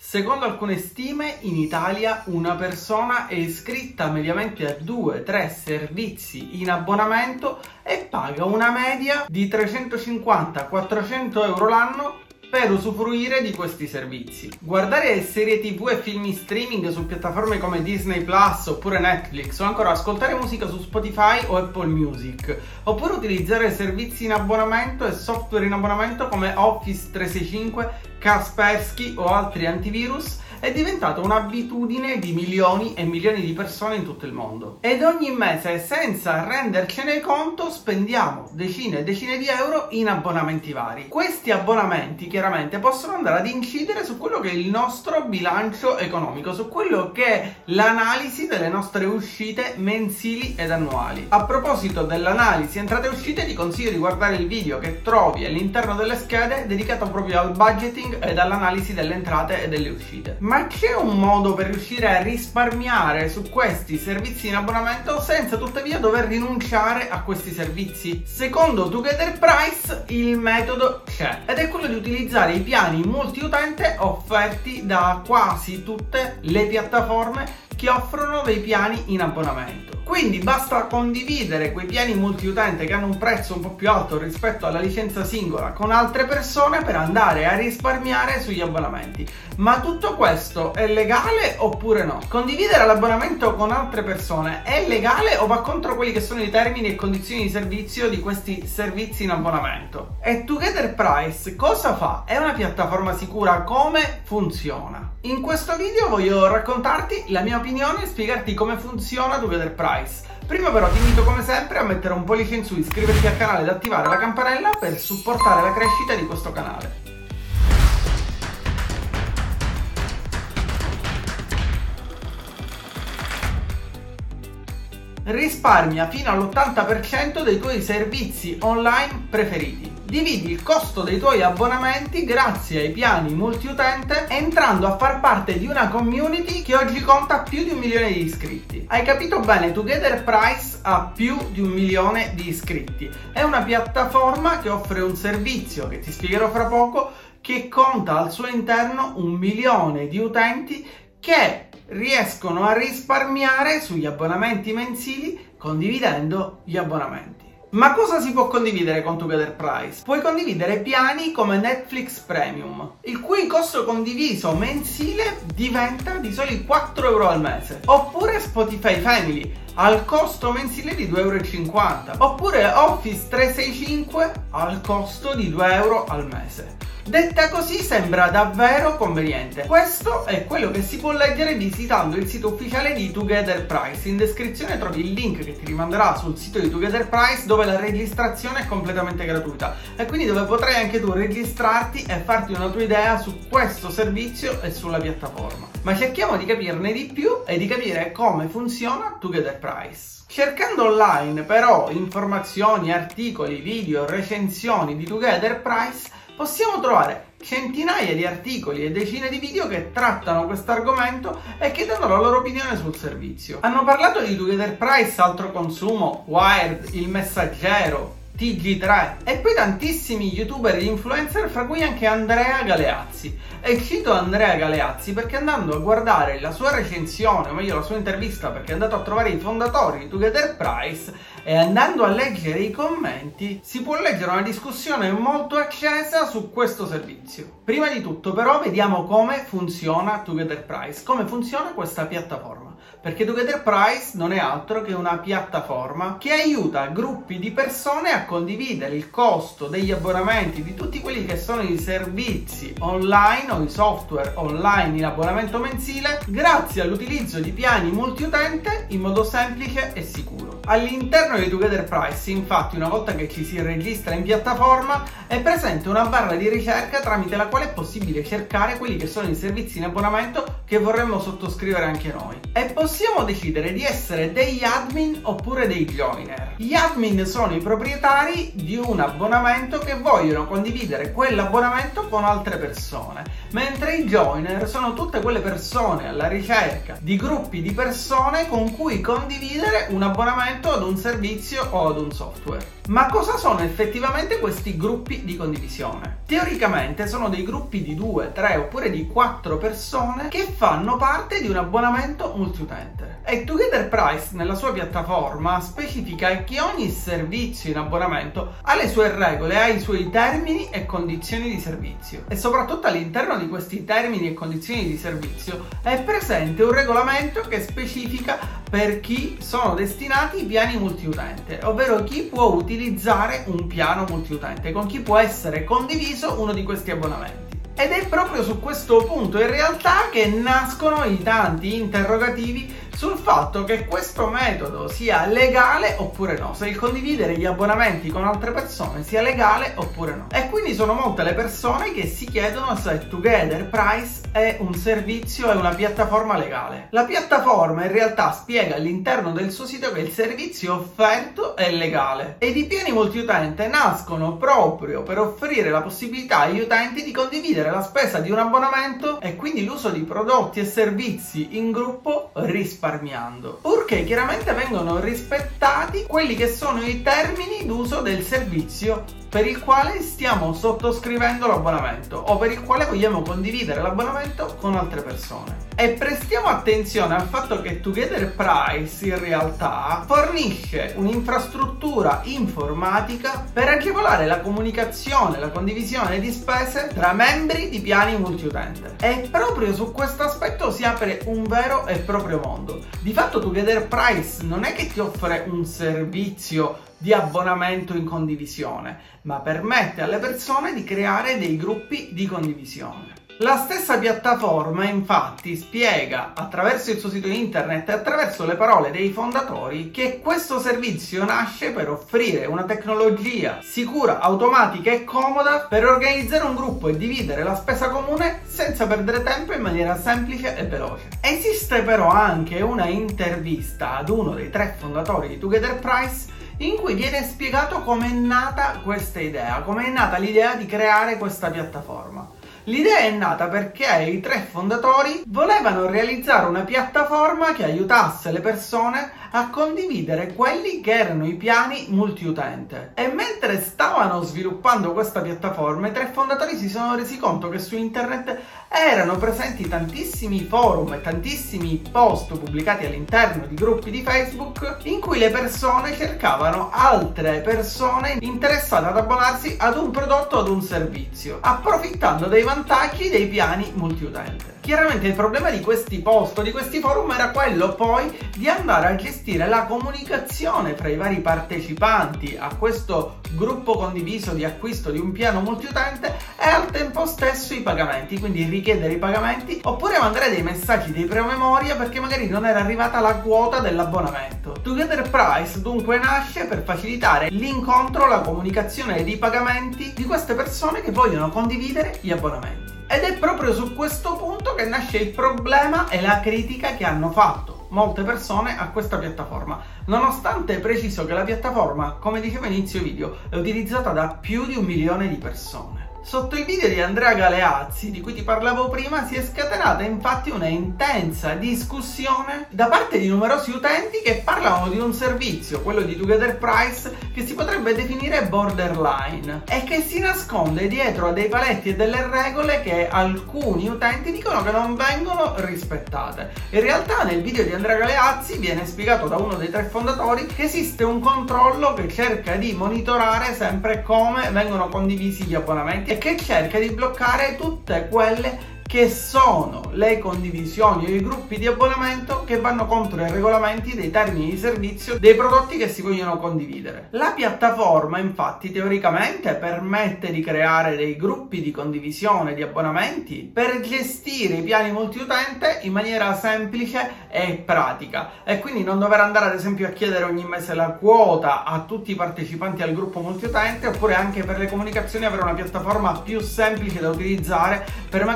Secondo alcune stime, in Italia una persona è iscritta mediamente a 2-3 servizi in abbonamento e paga una media di 350-400 euro l'anno per usufruire di questi servizi. Guardare serie TV e film in streaming su piattaforme come Disney Plus oppure Netflix, o ancora ascoltare musica su Spotify o Apple Music, oppure utilizzare servizi in abbonamento e software in abbonamento come Office 365, Kaspersky o altri antivirus è diventata un'abitudine di milioni e milioni di persone in tutto il mondo. Ed ogni mese, senza rendercene conto, spendiamo decine e decine di euro in abbonamenti vari. Questi abbonamenti chiaramente possono andare ad incidere su quello che è il nostro bilancio economico, su quello che è l'analisi delle nostre uscite mensili ed annuali. A proposito dell'analisi entrate e uscite, ti consiglio di guardare il video che trovi all'interno delle schede dedicato proprio al budgeting ed all'analisi delle entrate e delle uscite. Ma c'è un modo per riuscire a risparmiare su questi servizi in abbonamento senza tuttavia dover rinunciare a questi servizi? Secondo Together Price il metodo c'è, ed è quello di utilizzare i piani multiutente offerti da quasi tutte le piattaforme che offrono dei piani in abbonamento. Quindi basta condividere quei piani multiutente che hanno un prezzo un po' più alto rispetto alla licenza singola con altre persone per andare a risparmiare sugli abbonamenti. Ma tutto questo è legale oppure no? Condividere l'abbonamento con altre persone è legale o va contro quelli che sono i termini e condizioni di servizio di questi servizi in abbonamento? E Together Price cosa fa? È una piattaforma sicura? Come funziona? In questo video voglio raccontarti la mia opinione e spiegarti come funziona Together Price. Prima però ti invito come sempre a mettere un pollice in su, iscriverti al canale ed attivare la campanella per supportare la crescita di questo canale. Risparmia fino all'80% dei tuoi servizi online preferiti. Dividi il costo dei tuoi abbonamenti grazie ai piani multiutente, entrando a far parte di una community che oggi conta più di 1 milione di iscritti. Hai capito bene, Together Price ha più di 1 milione di iscritti. È una piattaforma che offre un servizio che ti spiegherò fra poco, che conta al suo interno 1 milione di utenti che riescono a risparmiare sugli abbonamenti mensili condividendo gli abbonamenti. Ma cosa si può condividere con Together Price? Puoi condividere piani come Netflix Premium, il cui costo condiviso mensile diventa di soli 4 euro al mese, oppure Spotify Family al costo mensile di 2,50 euro, oppure Office 365 al costo di 2 euro al mese. Detta così sembra davvero conveniente. Questo è quello che si può leggere visitando il sito ufficiale di Together Price. In descrizione trovi il link che ti rimanderà sul sito di Together Price, dove la registrazione è completamente gratuita e quindi dove potrai anche tu registrarti e farti una tua idea su questo servizio e sulla piattaforma. Ma cerchiamo di capirne di più e di capire come funziona Together Price. Cercando online però informazioni, articoli, video, recensioni di Together Price possiamo trovare centinaia di articoli e decine di video che trattano questo argomento e che danno la loro opinione sul servizio. Hanno parlato di Together Price, Altro Consumo, Wired, Il Messaggero, TG3 e poi tantissimi youtuber e influencer, fra cui anche Andrea Galeazzi. E cito Andrea Galeazzi perché andando a guardare la sua recensione, o meglio la sua intervista, perché è andato a trovare i fondatori di Together Price e andando a leggere i commenti si può leggere una discussione molto accesa su questo servizio. Prima di tutto però vediamo come funziona Together Price, come funziona questa piattaforma. Perché Together Price non è altro che una piattaforma che aiuta gruppi di persone a condividere il costo degli abbonamenti di tutti quelli che sono i servizi online o i software online in abbonamento mensile grazie all'utilizzo di piani multiutente in modo semplice e sicuro. All'interno di Together Price, infatti, una volta che ci si registra in piattaforma, è presente una barra di ricerca tramite la quale è possibile cercare quelli che sono i servizi in abbonamento che vorremmo sottoscrivere anche noi. E possiamo decidere di essere degli admin oppure dei joiner. Gli admin sono i proprietari di un abbonamento che vogliono condividere quell'abbonamento con altre persone, mentre i joiner sono tutte quelle persone alla ricerca di gruppi di persone con cui condividere un abbonamento ad un servizio o ad un software. Ma cosa sono effettivamente questi gruppi di condivisione? Teoricamente sono dei gruppi di 2, 3 oppure di 4 persone che fanno parte di un abbonamento multiutente. E Together Price nella sua piattaforma specifica che ogni servizio in abbonamento ha le sue regole, ha i suoi termini e condizioni di servizio. E soprattutto all'interno di questi termini e condizioni di servizio è presente un regolamento che specifica per chi sono destinati i piani multiutente, ovvero chi può utilizzare un piano multiutente, con chi può essere condiviso uno di questi abbonamenti. Ed è proprio su questo punto in realtà che nascono i tanti interrogativi sul fatto che questo metodo sia legale oppure no, se il condividere gli abbonamenti con altre persone sia legale oppure no. E quindi sono molte le persone che si chiedono se Together Price è un servizio, è una piattaforma legale. La piattaforma in realtà spiega all'interno del suo sito che il servizio offerto è legale ed i piani multiutente nascono proprio per offrire la possibilità agli utenti di condividere la spesa di un abbonamento e quindi l'uso di prodotti e servizi in gruppo risparmiando, purché chiaramente vengono rispettati quelli che sono i termini d'uso del servizio per il quale stiamo sottoscrivendo l'abbonamento o per il quale vogliamo condividere l'abbonamento con altre persone. E prestiamo attenzione al fatto che Together Price in realtà fornisce un'infrastruttura informatica per agevolare la comunicazione, la condivisione di spese tra membri di piani multiutente. E proprio su questo aspetto si apre un vero e proprio mondo. Di fatto Together Price non è che ti offre un servizio di abbonamento in condivisione, ma permette alle persone di creare dei gruppi di condivisione. La stessa piattaforma infatti spiega attraverso il suo sito internet e attraverso le parole dei fondatori che questo servizio nasce per offrire una tecnologia sicura, automatica e comoda per organizzare un gruppo e dividere la spesa comune senza perdere tempo in maniera semplice e veloce. Esiste però anche una intervista ad uno dei 3 fondatori di Together Price in cui viene spiegato come è nata questa idea, come è nata l'idea di creare questa piattaforma. L'idea è nata perché i 3 fondatori volevano realizzare una piattaforma che aiutasse le persone a condividere quelli che erano i piani multiutente. E mentre stavano sviluppando questa piattaforma, i 3 fondatori si sono resi conto che su internet erano presenti tantissimi forum e tantissimi post pubblicati all'interno di gruppi di Facebook in cui le persone cercavano altre persone interessate ad abbonarsi ad un prodotto o ad un servizio, approfittando dei vantaggi dei piani multiutente. Chiaramente il problema di questi post o di questi forum era quello poi di andare a gestire la comunicazione fra i vari partecipanti a questo gruppo condiviso di acquisto di un piano multiutente e al tempo stesso i pagamenti, quindi richiedere i pagamenti oppure mandare dei messaggi di promemoria perché magari non era arrivata la quota dell'abbonamento. Together Price dunque nasce per facilitare l'incontro, la comunicazione ed i pagamenti di queste persone che vogliono condividere gli abbonamenti. Ed è proprio su questo punto che nasce il problema e la critica che hanno fatto molte persone a questa piattaforma, nonostante preciso che la piattaforma, come dicevo inizio video, è utilizzata da più di 1 milione di persone. Sotto il video di Andrea Galeazzi, di cui ti parlavo prima, si è scatenata infatti una intensa discussione da parte di numerosi utenti che parlavano di un servizio, quello di Together Price, che si potrebbe definire borderline e che si nasconde dietro a dei paletti e delle regole che alcuni utenti dicono che non vengono rispettate. In realtà nel video di Andrea Galeazzi viene spiegato da uno dei 3 fondatori che esiste un controllo che cerca di monitorare sempre come vengono condivisi gli abbonamenti e che cerca di bloccare tutte quelle che sono le condivisioni o i gruppi di abbonamento che vanno contro i regolamenti dei termini di servizio dei prodotti che si vogliono condividere. La piattaforma infatti teoricamente permette di creare dei gruppi di condivisione di abbonamenti per gestire i piani multiutente in maniera semplice e pratica e quindi non dover andare ad esempio a chiedere ogni mese la quota a tutti i partecipanti al gruppo multiutente, oppure anche per le comunicazioni avere una piattaforma più semplice da utilizzare per magari dare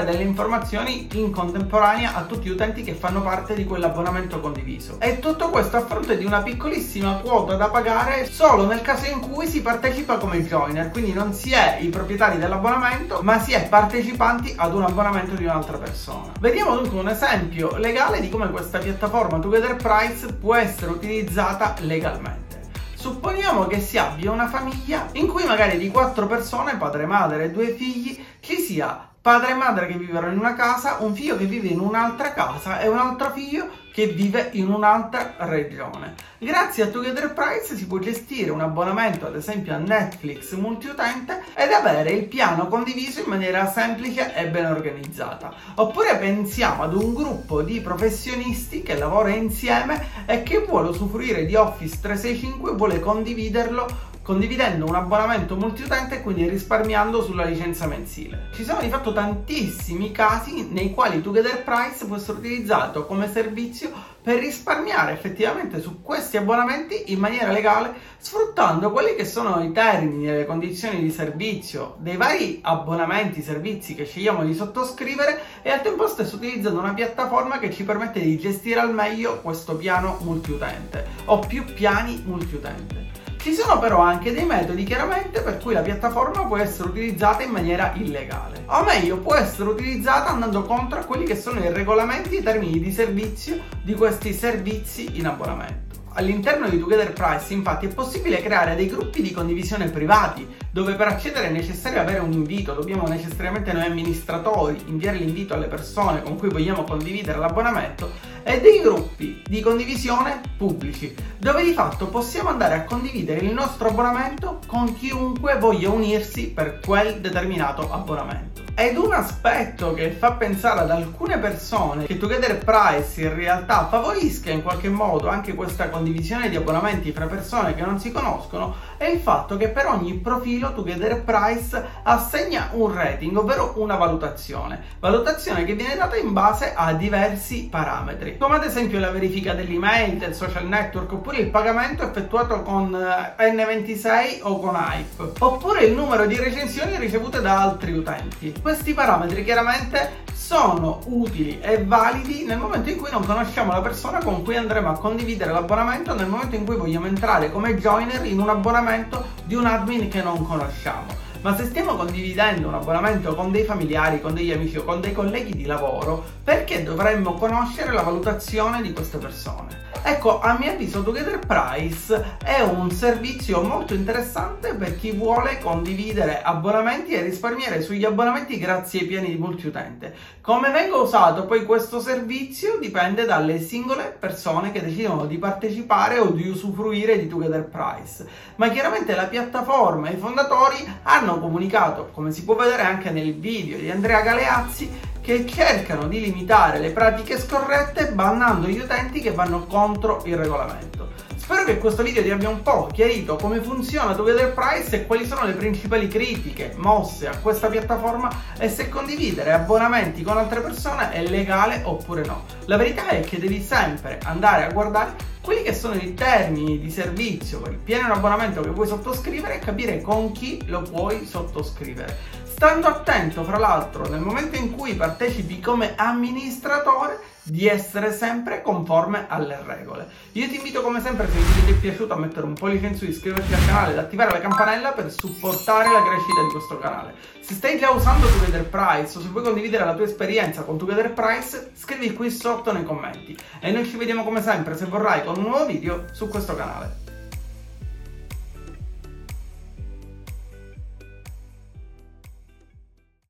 delle informazioni in contemporanea a tutti gli utenti che fanno parte di quell'abbonamento condiviso. E tutto questo a fronte di una piccolissima quota da pagare solo nel caso in cui si partecipa come joiner, quindi non si è i proprietari dell'abbonamento ma si è partecipanti ad un abbonamento di un'altra persona. Vediamo dunque un esempio legale di come questa piattaforma Together Price può essere utilizzata legalmente. Supponiamo che si abbia una famiglia in cui magari di 4 persone, padre, madre e 2 figli, ci sia padre e madre che vivono in una casa, un figlio che vive in un'altra casa e un altro figlio che vive in un'altra regione. Grazie a Together Price si può gestire un abbonamento ad esempio a Netflix multiutente ed avere il piano condiviso in maniera semplice e ben organizzata. Oppure pensiamo ad un gruppo di professionisti che lavora insieme e che vuole usufruire di Office 365 e vuole condividendo un abbonamento multiutente e quindi risparmiando sulla licenza mensile. Ci sono di fatto tantissimi casi nei quali Together Price può essere utilizzato come servizio per risparmiare effettivamente su questi abbonamenti in maniera legale, sfruttando quelli che sono i termini e le condizioni di servizio dei vari abbonamenti, servizi che scegliamo di sottoscrivere e al tempo stesso utilizzando una piattaforma che ci permette di gestire al meglio questo piano multiutente o più piani multiutente. Ci sono però anche dei metodi chiaramente per cui la piattaforma può essere utilizzata in maniera illegale, o meglio può essere utilizzata andando contro a quelli che sono i regolamenti e i termini di servizio di questi servizi in abbonamento. All'interno di Together Price infatti è possibile creare dei gruppi di condivisione privati dove per accedere è necessario avere un invito, dobbiamo necessariamente noi amministratori inviare l'invito alle persone con cui vogliamo condividere l'abbonamento, e dei gruppi di condivisione pubblici dove di fatto possiamo andare a condividere il nostro abbonamento con chiunque voglia unirsi per quel determinato abbonamento. Ed un aspetto che fa pensare ad alcune persone che Together Price in realtà favorisca in qualche modo anche questa condivisione di abbonamenti fra persone che non si conoscono è il fatto che per ogni profilo Together Price assegna un rating, ovvero una valutazione che viene data in base a diversi parametri, come ad esempio la verifica dell'email, del social network, oppure il pagamento effettuato con N26 o con Hype, oppure il numero di recensioni ricevute da altri utenti. Questi parametri chiaramente sono utili e validi nel momento in cui non conosciamo la persona con cui andremo a condividere l'abbonamento, nel momento in cui vogliamo entrare come joiner in un abbonamento di un admin che non conosciamo. Ma se stiamo condividendo un abbonamento con dei familiari, con degli amici o con dei colleghi di lavoro, perché dovremmo conoscere la valutazione di queste persone? Ecco, a mio avviso Together Price è un servizio molto interessante per chi vuole condividere abbonamenti e risparmiare sugli abbonamenti grazie ai piani di multiutente. Come venga usato poi questo servizio dipende dalle singole persone che decidono di partecipare o di usufruire di Together Price. Ma chiaramente la piattaforma e i fondatori hanno comunicato, come si può vedere anche nel video di Andrea Galeazzi, che cercano di limitare le pratiche scorrette bannando gli utenti che vanno contro il regolamento. Spero che questo video ti abbia un po' chiarito come funziona Together Price e quali sono le principali critiche mosse a questa piattaforma e se condividere abbonamenti con altre persone è legale oppure no. La verità è che devi sempre andare a guardare quelli che sono i termini di servizio per il piano di un abbonamento che vuoi sottoscrivere e capire con chi lo puoi sottoscrivere. Stando attento, fra l'altro, nel momento in cui partecipi come amministratore, di essere sempre conforme alle regole. Io ti invito come sempre, se il video ti è piaciuto, a mettere un pollice in su, iscriverti al canale ed attivare la campanella per supportare la crescita di questo canale. Se stai già usando Together Price o se vuoi condividere la tua esperienza con Together Price, scrivi qui sotto nei commenti. E noi ci vediamo come sempre, se vorrai, con un nuovo video su questo canale.